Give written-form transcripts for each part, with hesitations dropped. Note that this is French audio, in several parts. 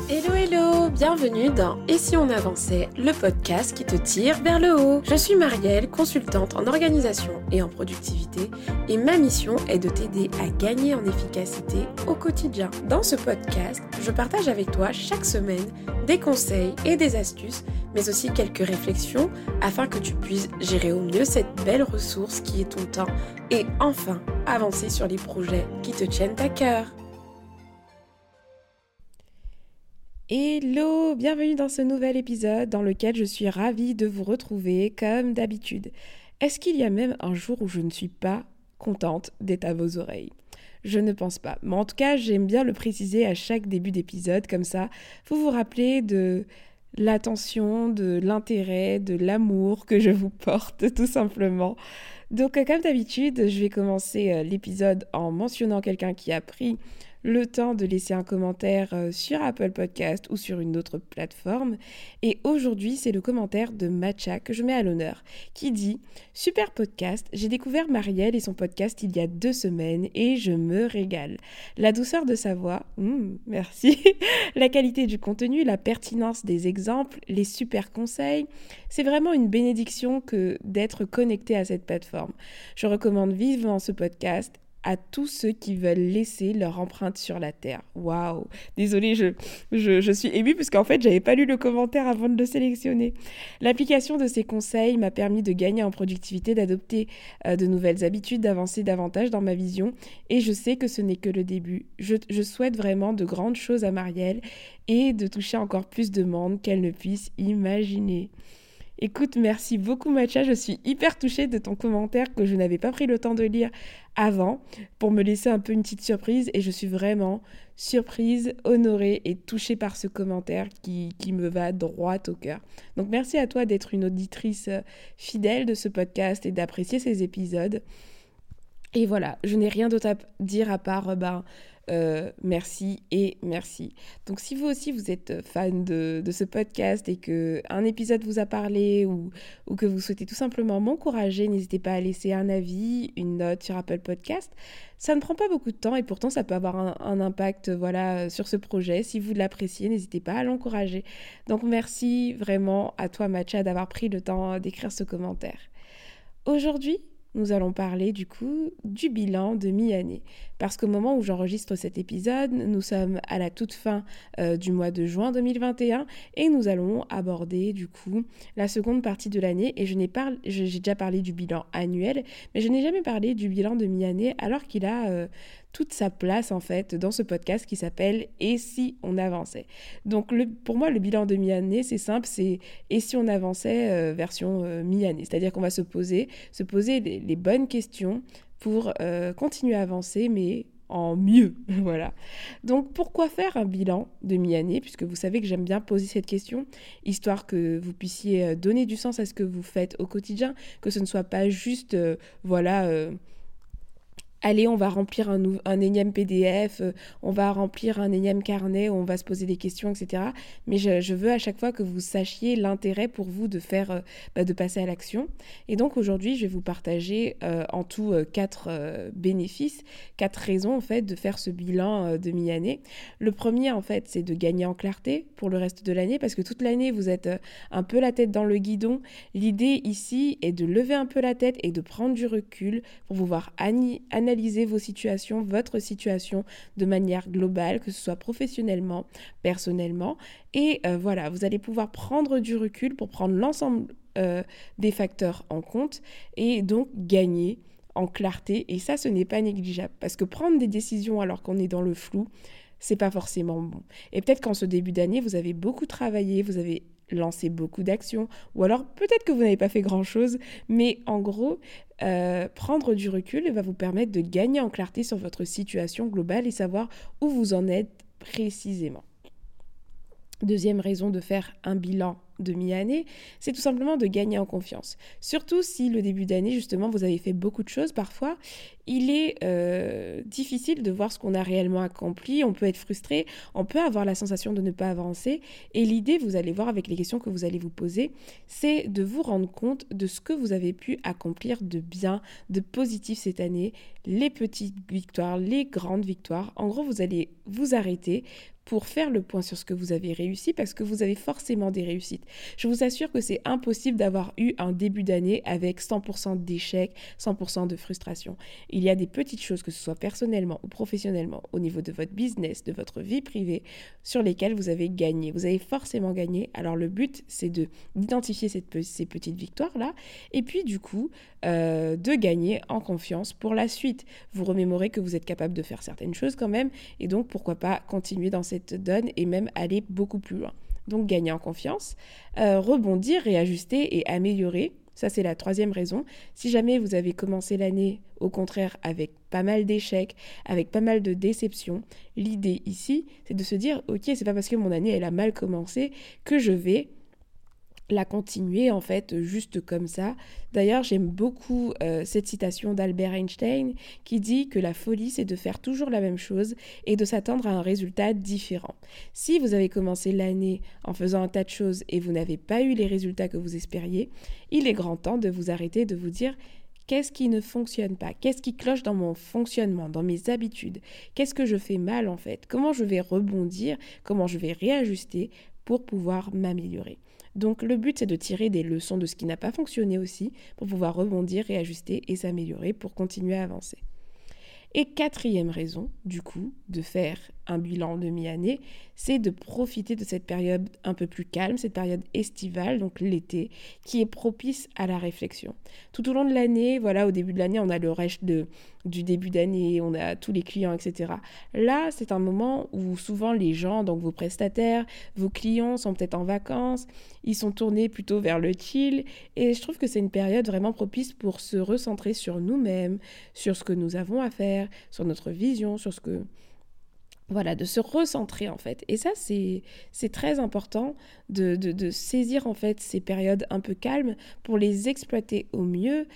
Hello hello, bienvenue dans Et si on avançait, le podcast qui te tire vers le haut. Je suis Marielle, consultante en organisation et en productivité et ma mission est de t'aider à gagner en efficacité au quotidien. Dans ce podcast, je partage avec toi chaque semaine des conseils et des astuces, mais aussi quelques réflexions afin que tu puisses gérer au mieux cette belle ressource qui est ton temps et enfin avancer sur les projets qui te tiennent à cœur. Hello, bienvenue dans ce nouvel épisode dans lequel je suis ravie de vous retrouver comme d'habitude. Est-ce qu'il y a même un jour où je ne suis pas contente d'être à vos oreilles ? Je ne pense pas, mais en tout cas j'aime bien le préciser à chaque début d'épisode, comme ça vous vous rappelez de l'attention, de l'intérêt, de l'amour que je vous porte tout simplement. Donc comme d'habitude, je vais commencer l'épisode en mentionnant quelqu'un qui a pris le temps de laisser un commentaire sur Apple Podcast ou sur une autre plateforme. Et aujourd'hui, c'est le commentaire de Matcha que je mets à l'honneur, qui dit « Super podcast, j'ai découvert Marielle et son podcast il y a 2 semaines et je me régale. La douceur de sa voix, merci, la qualité du contenu, la pertinence des exemples, les super conseils, c'est vraiment une bénédiction que d'être connecté à cette plateforme. Je recommande vivement ce podcast à tous ceux qui veulent laisser leur empreinte sur la terre. » Waouh! Désolée, je suis émue parce qu'en fait, j'avais pas lu le commentaire avant de le sélectionner. L'application de ces conseils m'a permis de gagner en productivité, d'adopter de nouvelles habitudes, d'avancer davantage dans ma vision et je sais que ce n'est que le début. Je souhaite vraiment de grandes choses à Marielle et de toucher encore plus de monde qu'elle ne puisse imaginer. Écoute, merci beaucoup Matcha, je suis hyper touchée de ton commentaire que je n'avais pas pris le temps de lire avant pour me laisser un peu une petite surprise et je suis vraiment surprise, honorée et touchée par ce commentaire qui me va droit au cœur. Donc merci à toi d'être une auditrice fidèle de ce podcast et d'apprécier ces épisodes. Et voilà, je n'ai rien d'autre à dire à part merci et merci. Donc si vous aussi vous êtes fan de ce podcast et qu'un épisode vous a parlé ou que vous souhaitez tout simplement m'encourager, n'hésitez pas à laisser un avis, une note sur Apple Podcast. Ça ne prend pas beaucoup de temps et pourtant ça peut avoir un impact sur ce projet. Si vous l'appréciez, n'hésitez pas à l'encourager. Donc merci vraiment à toi Matcha d'avoir pris le temps d'écrire ce commentaire. Aujourd'hui, nous allons parler du coup du bilan de mi-année. Parce qu'au moment où j'enregistre cet épisode, nous sommes à la toute fin du mois de juin 2021 et nous allons aborder du coup la seconde partie de l'année. Et j'ai déjà parlé du bilan annuel, mais je n'ai jamais parlé du bilan de mi-année alors qu'il a toute sa place en fait dans ce podcast qui s'appelle « Et si on avançait ?» Donc pour moi, le bilan de mi-année, c'est simple, c'est « Et si on avançait version mi-année ?» C'est-à-dire qu'on va se poser les bonnes questions pour continuer à avancer, mais en mieux, voilà. Donc, pourquoi faire un bilan de mi-année ? Puisque vous savez que j'aime bien poser cette question, histoire que vous puissiez donner du sens à ce que vous faites au quotidien, que ce ne soit pas juste, allez, on va remplir un énième PDF, on va remplir un énième carnet, on va se poser des questions, etc. Mais je veux à chaque fois que vous sachiez l'intérêt pour vous de de passer à l'action. Et donc aujourd'hui, je vais vous partager en tout 4 bénéfices, 4 raisons en fait de faire ce bilan de mi-année. Le premier en fait, c'est de gagner en clarté pour le reste de l'année parce que toute l'année, vous êtes un peu la tête dans le guidon. L'idée ici est de lever un peu la tête et de prendre du recul pour pouvoir analyser vos situations, votre situation de manière globale, que ce soit professionnellement, personnellement. Et voilà, vous allez pouvoir prendre du recul pour prendre l'ensemble des facteurs en compte et donc gagner en clarté. Et ça, ce n'est pas négligeable parce que prendre des décisions alors qu'on est dans le flou, c'est pas forcément bon. Et peut-être qu'en ce début d'année, vous avez beaucoup travaillé, vous avez lancé beaucoup d'actions, ou alors peut-être que vous n'avez pas fait grand-chose, mais en gros, prendre du recul va vous permettre de gagner en clarté sur votre situation globale et savoir où vous en êtes précisément. Deuxième raison de faire un bilan de mi-année, c'est tout simplement de gagner en confiance. Surtout si le début d'année, justement, vous avez fait beaucoup de choses parfois, il est difficile de voir ce qu'on a réellement accompli, on peut être frustré, on peut avoir la sensation de ne pas avancer et l'idée, vous allez voir avec les questions que vous allez vous poser, c'est de vous rendre compte de ce que vous avez pu accomplir de bien, de positif cette année, les petites victoires, les grandes victoires. En gros, vous allez vous arrêter pour faire le point sur ce que vous avez réussi parce que vous avez forcément des réussites. Je vous assure que c'est impossible d'avoir eu un début d'année avec 100% d'échecs, 100% de frustration. Il y a des petites choses, que ce soit personnellement ou professionnellement, au niveau de votre business, de votre vie privée, sur lesquelles vous avez gagné. Vous avez forcément gagné. Alors le but, c'est d'identifier ces petites victoires-là et puis du coup, de gagner en confiance pour la suite. Vous remémorez que vous êtes capable de faire certaines choses quand même et donc pourquoi pas continuer dans cette donne et même aller beaucoup plus loin. Donc gagner en confiance, rebondir, réajuster et améliorer. Ça, c'est la troisième raison. Si jamais vous avez commencé l'année, au contraire, avec pas mal d'échecs, avec pas mal de déceptions, l'idée ici, c'est de se dire, ok, c'est pas parce que mon année, elle a mal commencé que je vais la continuer en fait juste comme ça. D'ailleurs, j'aime beaucoup cette citation d'Albert Einstein qui dit que la folie, c'est de faire toujours la même chose et de s'attendre à un résultat différent. Si vous avez commencé l'année en faisant un tas de choses et vous n'avez pas eu les résultats que vous espériez, il est grand temps de vous arrêter, de vous dire qu'est-ce qui ne fonctionne pas, qu'est-ce qui cloche dans mon fonctionnement, dans mes habitudes, qu'est-ce que je fais mal en fait, comment je vais rebondir, comment je vais réajuster pour pouvoir m'améliorer. Donc le but, c'est de tirer des leçons de ce qui n'a pas fonctionné aussi pour pouvoir rebondir, réajuster et s'améliorer pour continuer à avancer. Et quatrième raison, du coup, de faire un bilan de mi-année, c'est de profiter de cette période un peu plus calme, cette période estivale, donc l'été, qui est propice à la réflexion. Tout au long de l'année, voilà, au début de l'année, on a le rush du début d'année, on a tous les clients, etc. Là, c'est un moment où souvent les gens, donc vos prestataires, vos clients sont peut-être en vacances, ils sont tournés plutôt vers le chill, et je trouve que c'est une période vraiment propice pour se recentrer sur nous-mêmes, sur ce que nous avons à faire, sur notre vision, sur ce que... Voilà, de se recentrer en fait. Et ça, c'est très important de saisir en fait ces périodes un peu calmes pour les exploiter au mieux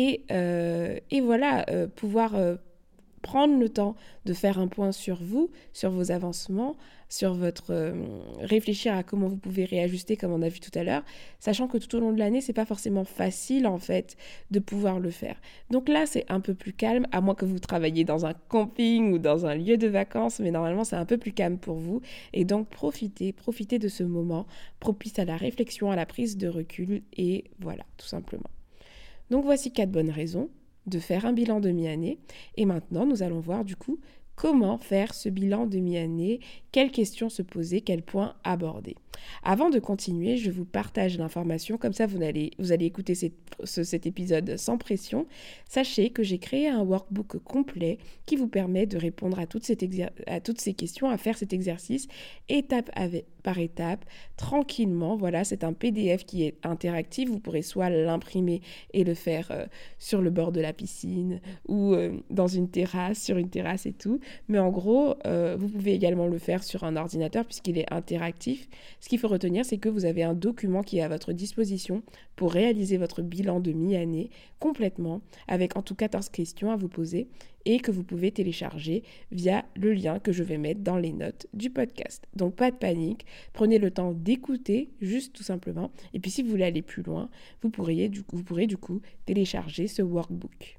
et voilà, pouvoir prendre le temps de faire un point sur vous, sur vos avancements, sur votre réfléchir à comment vous pouvez réajuster comme on a vu tout à l'heure, sachant que tout au long de l'année, c'est pas forcément facile en fait de pouvoir le faire. Donc là, c'est un peu plus calme, à moins que vous travailliez dans un camping ou dans un lieu de vacances, mais normalement, c'est un peu plus calme pour vous. Et donc, profitez de ce moment propice à la réflexion, à la prise de recul et voilà, tout simplement. Donc voici 4 bonnes raisons de faire un bilan de mi-année. Et maintenant, nous allons voir du coup comment faire ce bilan de mi-année, quelles questions se poser, quels points aborder. Avant de continuer, je vous partage l'information, comme ça vous allez écouter cet épisode sans pression. Sachez que j'ai créé un workbook complet qui vous permet de répondre à toutes ces questions, à faire cet exercice étape par étape, tranquillement. Voilà, c'est un PDF qui est interactif, vous pourrez soit l'imprimer et le faire sur le bord de la piscine ou dans une terrasse, sur une terrasse et tout. Mais en gros, vous pouvez également le faire sur un ordinateur puisqu'il est interactif. Ce qu'il faut retenir, c'est que vous avez un document qui est à votre disposition pour réaliser votre bilan de mi-année complètement, avec en tout 14 questions à vous poser et que vous pouvez télécharger via le lien que je vais mettre dans les notes du podcast. Donc pas de panique, prenez le temps d'écouter, juste tout simplement. Et puis si vous voulez aller plus loin, vous pourrez du coup télécharger ce workbook.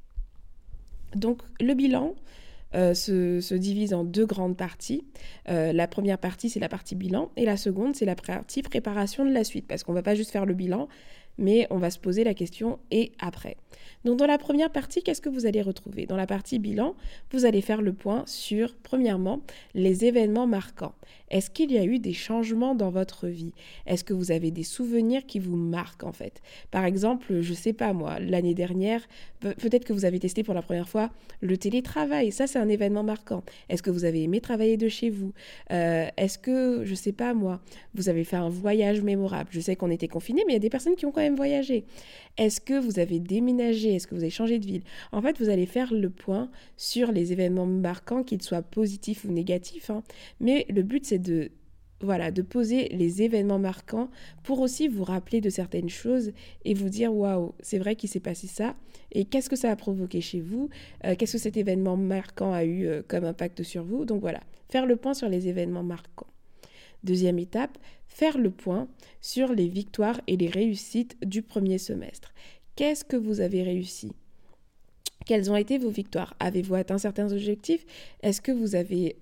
Donc le bilan se divise en 2 grandes parties. La première partie, c'est la partie bilan, et la seconde, c'est la partie préparation de la suite, parce qu'on ne va pas juste faire le bilan, mais on va se poser la question et après. Donc dans la première partie, qu'est-ce que vous allez retrouver? Dans la partie bilan, vous allez faire le point sur, premièrement, les événements marquants. Est-ce qu'il y a eu des changements dans votre vie? Est-ce que vous avez des souvenirs qui vous marquent en fait? Par exemple, je sais pas moi, l'année dernière, peut-être que vous avez testé pour la première fois le télétravail. Ça, c'est un événement marquant. Est-ce que vous avez aimé travailler de chez vous? Est-ce que, je sais pas moi, vous avez fait un voyage mémorable? Je sais qu'on était confinés, mais il y a des personnes qui ont quand même voyagé. Est-ce que vous avez déménagé? Est-ce que vous avez changé de ville? En fait, vous allez faire le point sur les événements marquants, qu'ils soient positifs ou négatifs, hein. Mais le but, c'est de poser les événements marquants pour aussi vous rappeler de certaines choses et vous dire waouh, c'est vrai qu'il s'est passé ça et qu'est-ce que ça a provoqué chez vous, qu'est-ce que cet événement marquant a eu comme impact sur vous. Donc voilà, faire le point sur les événements marquants. Deuxième étape, faire le point sur les victoires et les réussites du premier semestre. Qu'est-ce que vous avez réussi? Quelles ont été vos victoires? Avez-vous atteint certains objectifs? Est-ce que vous avez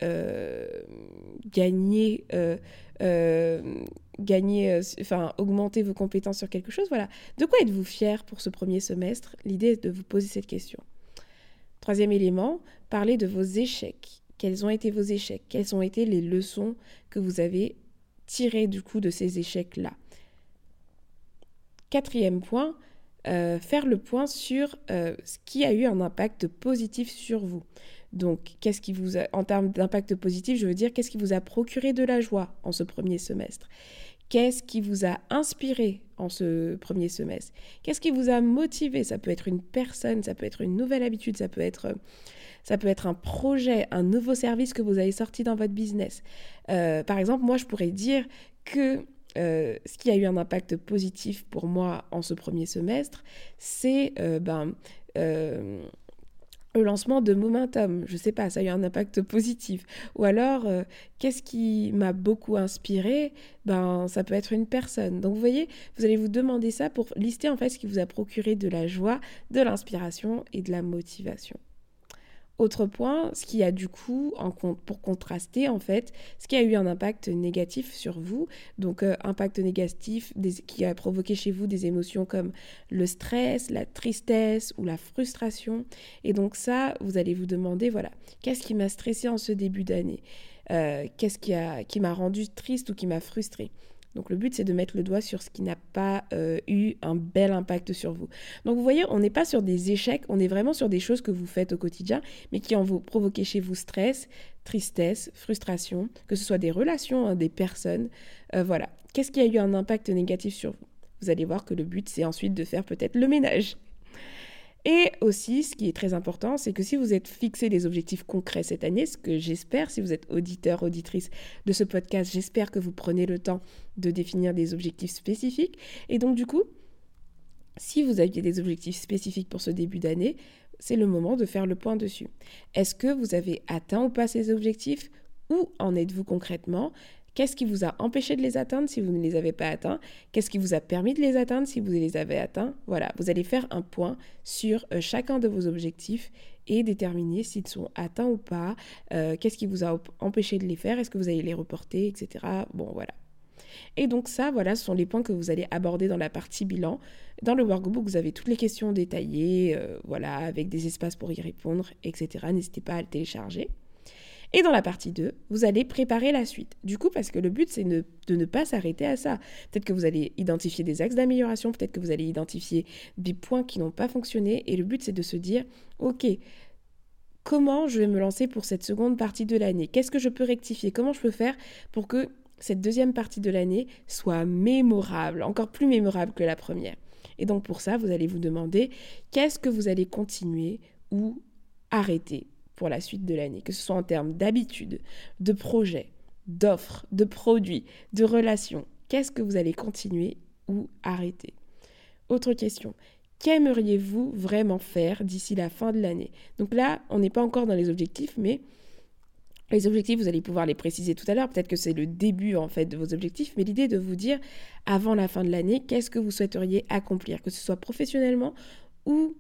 augmenté vos compétences sur quelque chose? Voilà. De quoi êtes-vous fier pour ce premier semestre? L'idée est de vous poser cette question. Troisième élément, parlez de vos échecs. Quels ont été vos échecs? Quelles ont été les leçons que vous avez tirées du coup de ces échecs-là? Quatrième point, faire le point sur ce qui a eu un impact positif sur vous. Donc, en termes d'impact positif, je veux dire, qu'est-ce qui vous a procuré de la joie en ce premier semestre? Qu'est-ce qui vous a inspiré en ce premier semestre? Qu'est-ce qui vous a motivé? Ça peut être une personne, ça peut être une nouvelle habitude, ça peut être un projet, un nouveau service que vous avez sorti dans votre business. Par exemple, moi, je pourrais dire que ce qui a eu un impact positif pour moi en ce premier semestre, c'est le lancement de Momentum. Je sais pas, ça a eu un impact positif. Ou alors, qu'est-ce qui m'a beaucoup inspiré? Ça peut être une personne. Donc, vous voyez, vous allez vous demander ça pour lister en fait ce qui vous a procuré de la joie, de l'inspiration et de la motivation. Autre point, ce qui a du coup, pour contraster en fait, ce qui a eu un impact négatif sur vous, donc impact négatif qui a provoqué chez vous des émotions comme le stress, la tristesse ou la frustration. Et donc ça, vous allez vous demander, voilà, qu'est-ce qui m'a stressé en ce début d'année? Qu'est-ce qui m'a rendu triste ou qui m'a frustré? Donc le but, c'est de mettre le doigt sur ce qui n'a pas eu un bel impact sur vous. Donc vous voyez, on n'est pas sur des échecs, on est vraiment sur des choses que vous faites au quotidien, mais qui ont provoqué chez vous stress, tristesse, frustration, que ce soit des relations, des personnes. Voilà. Qu'est-ce qui a eu un impact négatif sur vous? Vous allez voir que le but, c'est ensuite de faire peut-être le ménage. Et aussi, ce qui est très important, c'est que si vous êtes fixé des objectifs concrets cette année, ce que j'espère, si vous êtes auditeur, auditrice de ce podcast, j'espère que vous prenez le temps de définir des objectifs spécifiques. Et donc, du coup, si vous aviez des objectifs spécifiques pour ce début d'année, c'est le moment de faire le point dessus. Est-ce que vous avez atteint ou pas ces objectifs? Où en êtes-vous concrètement? Qu'est-ce qui vous a empêché de les atteindre si vous ne les avez pas atteints? Qu'est-ce qui vous a permis de les atteindre si vous les avez atteints? Voilà, vous allez faire un point sur chacun de vos objectifs et déterminer s'ils sont atteints ou pas. Qu'est-ce qui vous a empêché de les faire? Est-ce que vous allez les reporter, etc. Bon, voilà. Et donc ça, voilà, ce sont les points que vous allez aborder dans la partie bilan. Dans le workbook, vous avez toutes les questions détaillées, voilà, avec des espaces pour y répondre, etc. N'hésitez pas à le télécharger. Et dans la partie 2, vous allez préparer la suite. Du coup, parce que le but, c'est de ne pas s'arrêter à ça. Peut-être que vous allez identifier des axes d'amélioration, peut-être que vous allez identifier des points qui n'ont pas fonctionné. Et le but, c'est de se dire, OK, comment je vais me lancer pour cette seconde partie de l'année? Qu'est-ce que je peux rectifier? Comment je peux faire pour que cette deuxième partie de l'année soit mémorable, encore plus mémorable que la première? Et donc pour ça, vous allez vous demander, qu'est-ce que vous allez continuer ou arrêter pour la suite de l'année, que ce soit en termes d'habitudes, de projets, d'offres, de produits, de relations. Qu'est-ce que vous allez continuer ou arrêter? Autre question. Qu'aimeriez-vous vraiment faire d'ici la fin de l'année? Donc là, on n'est pas encore dans les objectifs, mais les objectifs, vous allez pouvoir les préciser tout à l'heure. Peut-être que c'est le début en fait de vos objectifs, mais l'idée est de vous dire, avant la fin de l'année, qu'est-ce que vous souhaiteriez accomplir, que ce soit professionnellement ou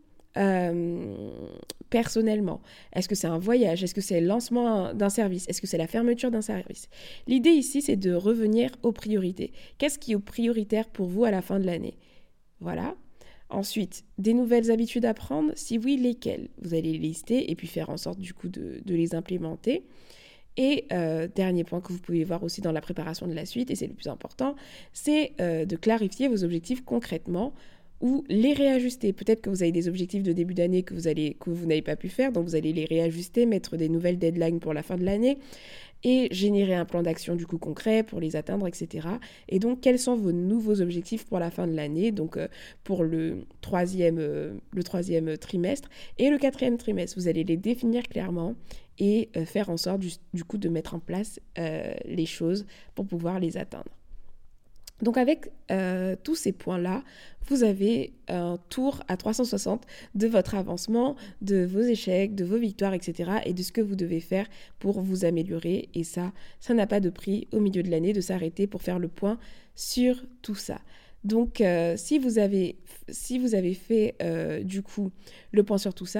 personnellement. Est-ce que c'est un voyage? Est-ce que c'est le lancement d'un service? Est-ce que c'est la fermeture d'un service? L'idée ici, c'est de revenir aux priorités. Qu'est-ce qui est prioritaire pour vous à la fin de l'année? Voilà. Ensuite, des nouvelles habitudes à prendre? Si oui, lesquelles? Vous allez les lister et puis faire en sorte du coup de les implémenter. Et dernier point que vous pouvez voir aussi dans la préparation de la suite, et c'est le plus important, c'est de clarifier vos objectifs concrètement ou les réajuster. Peut-être que vous avez des objectifs de début d'année que vous n'avez pas pu faire, donc vous allez les réajuster, mettre des nouvelles deadlines pour la fin de l'année et générer un plan d'action du coup concret pour les atteindre, etc. Et donc, quels sont vos nouveaux objectifs pour la fin de l'année, donc pour le troisième trimestre et le quatrième trimestre. Vous allez les définir clairement et faire en sorte du coup de mettre en place les choses pour pouvoir les atteindre. Donc avec tous ces points-là, vous avez un tour à 360 de votre avancement, de vos échecs, de vos victoires, etc. et de ce que vous devez faire pour vous améliorer. Et ça n'a pas de prix au milieu de l'année de s'arrêter pour faire le point sur tout ça. Donc si vous avez fait du coup le point sur tout ça,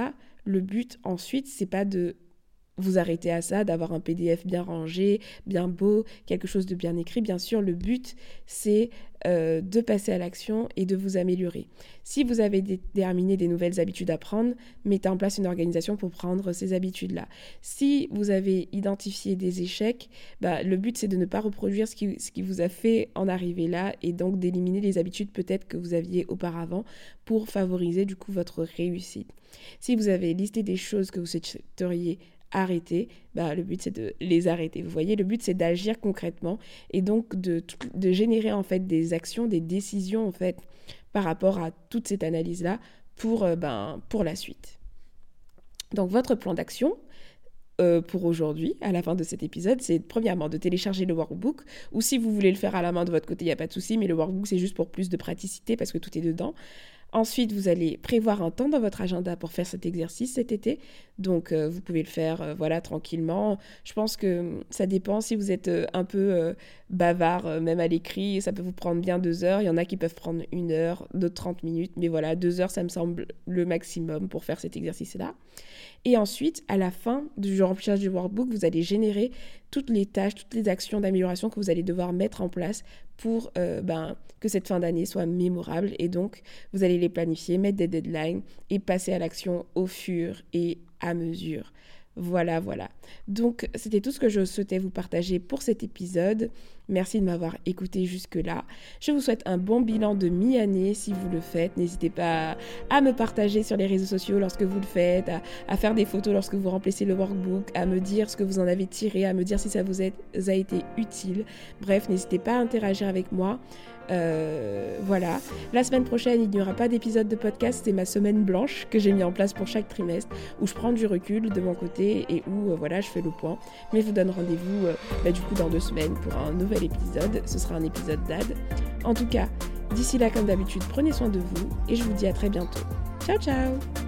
le but ensuite, c'est pas de vous arrêter à ça, d'avoir un PDF bien rangé, bien beau, quelque chose de bien écrit. Bien sûr, le but, c'est de passer à l'action et de vous améliorer. Si vous avez déterminé des nouvelles habitudes à prendre, mettez en place une organisation pour prendre ces habitudes-là. Si vous avez identifié des échecs, le but, c'est de ne pas reproduire ce qui vous a fait en arriver là et donc d'éliminer les habitudes peut-être que vous aviez auparavant pour favoriser du coup votre réussite. Si vous avez listé des choses que vous souhaiteriez arrêter, le but c'est de les arrêter. Vous voyez, le but c'est d'agir concrètement et donc de générer en fait des actions, des décisions en fait par rapport à toute cette analyse-là pour la suite. Donc votre plan d'action pour aujourd'hui, à la fin de cet épisode, c'est premièrement de télécharger le workbook, ou si vous voulez le faire à la main de votre côté, il n'y a pas de souci, mais le workbook c'est juste pour plus de praticité parce que tout est dedans. Ensuite, vous allez prévoir un temps dans votre agenda pour faire cet exercice cet été. Donc, vous pouvez le faire tranquillement. Je pense que ça dépend si vous êtes un peu bavard, même à l'écrit. Ça peut vous prendre bien 2 heures. Il y en a qui peuvent prendre 1 heure, d'autres 30 minutes. Mais voilà, 2 heures, ça me semble le maximum pour faire cet exercice-là. Et ensuite, à la fin du remplissage du workbook, vous allez générer toutes les tâches, toutes les actions d'amélioration que vous allez devoir mettre en place pour que cette fin d'année soit mémorable. Et donc, vous allez les planifier, mettre des deadlines et passer à l'action au fur et à mesure. Voilà. Donc, c'était tout ce que je souhaitais vous partager pour cet épisode. Merci de m'avoir écouté jusque-là. Je vous souhaite un bon bilan de mi-année si vous le faites. N'hésitez pas à me partager sur les réseaux sociaux lorsque vous le faites, à faire des photos lorsque vous remplissez le workbook, à me dire ce que vous en avez tiré, à me dire si ça vous a été utile. Bref, n'hésitez pas à interagir avec moi. Voilà. La semaine prochaine, il n'y aura pas d'épisode de podcast. C'est ma semaine blanche que j'ai mis en place pour chaque trimestre où je prends du recul de mon côté et où je fais le point. Mais je vous donne rendez-vous du coup dans 2 semaines pour un nouvel épisode. Ce sera un épisode d'AD. En tout cas, d'ici là, comme d'habitude, prenez soin de vous et je vous dis à très bientôt. Ciao, ciao!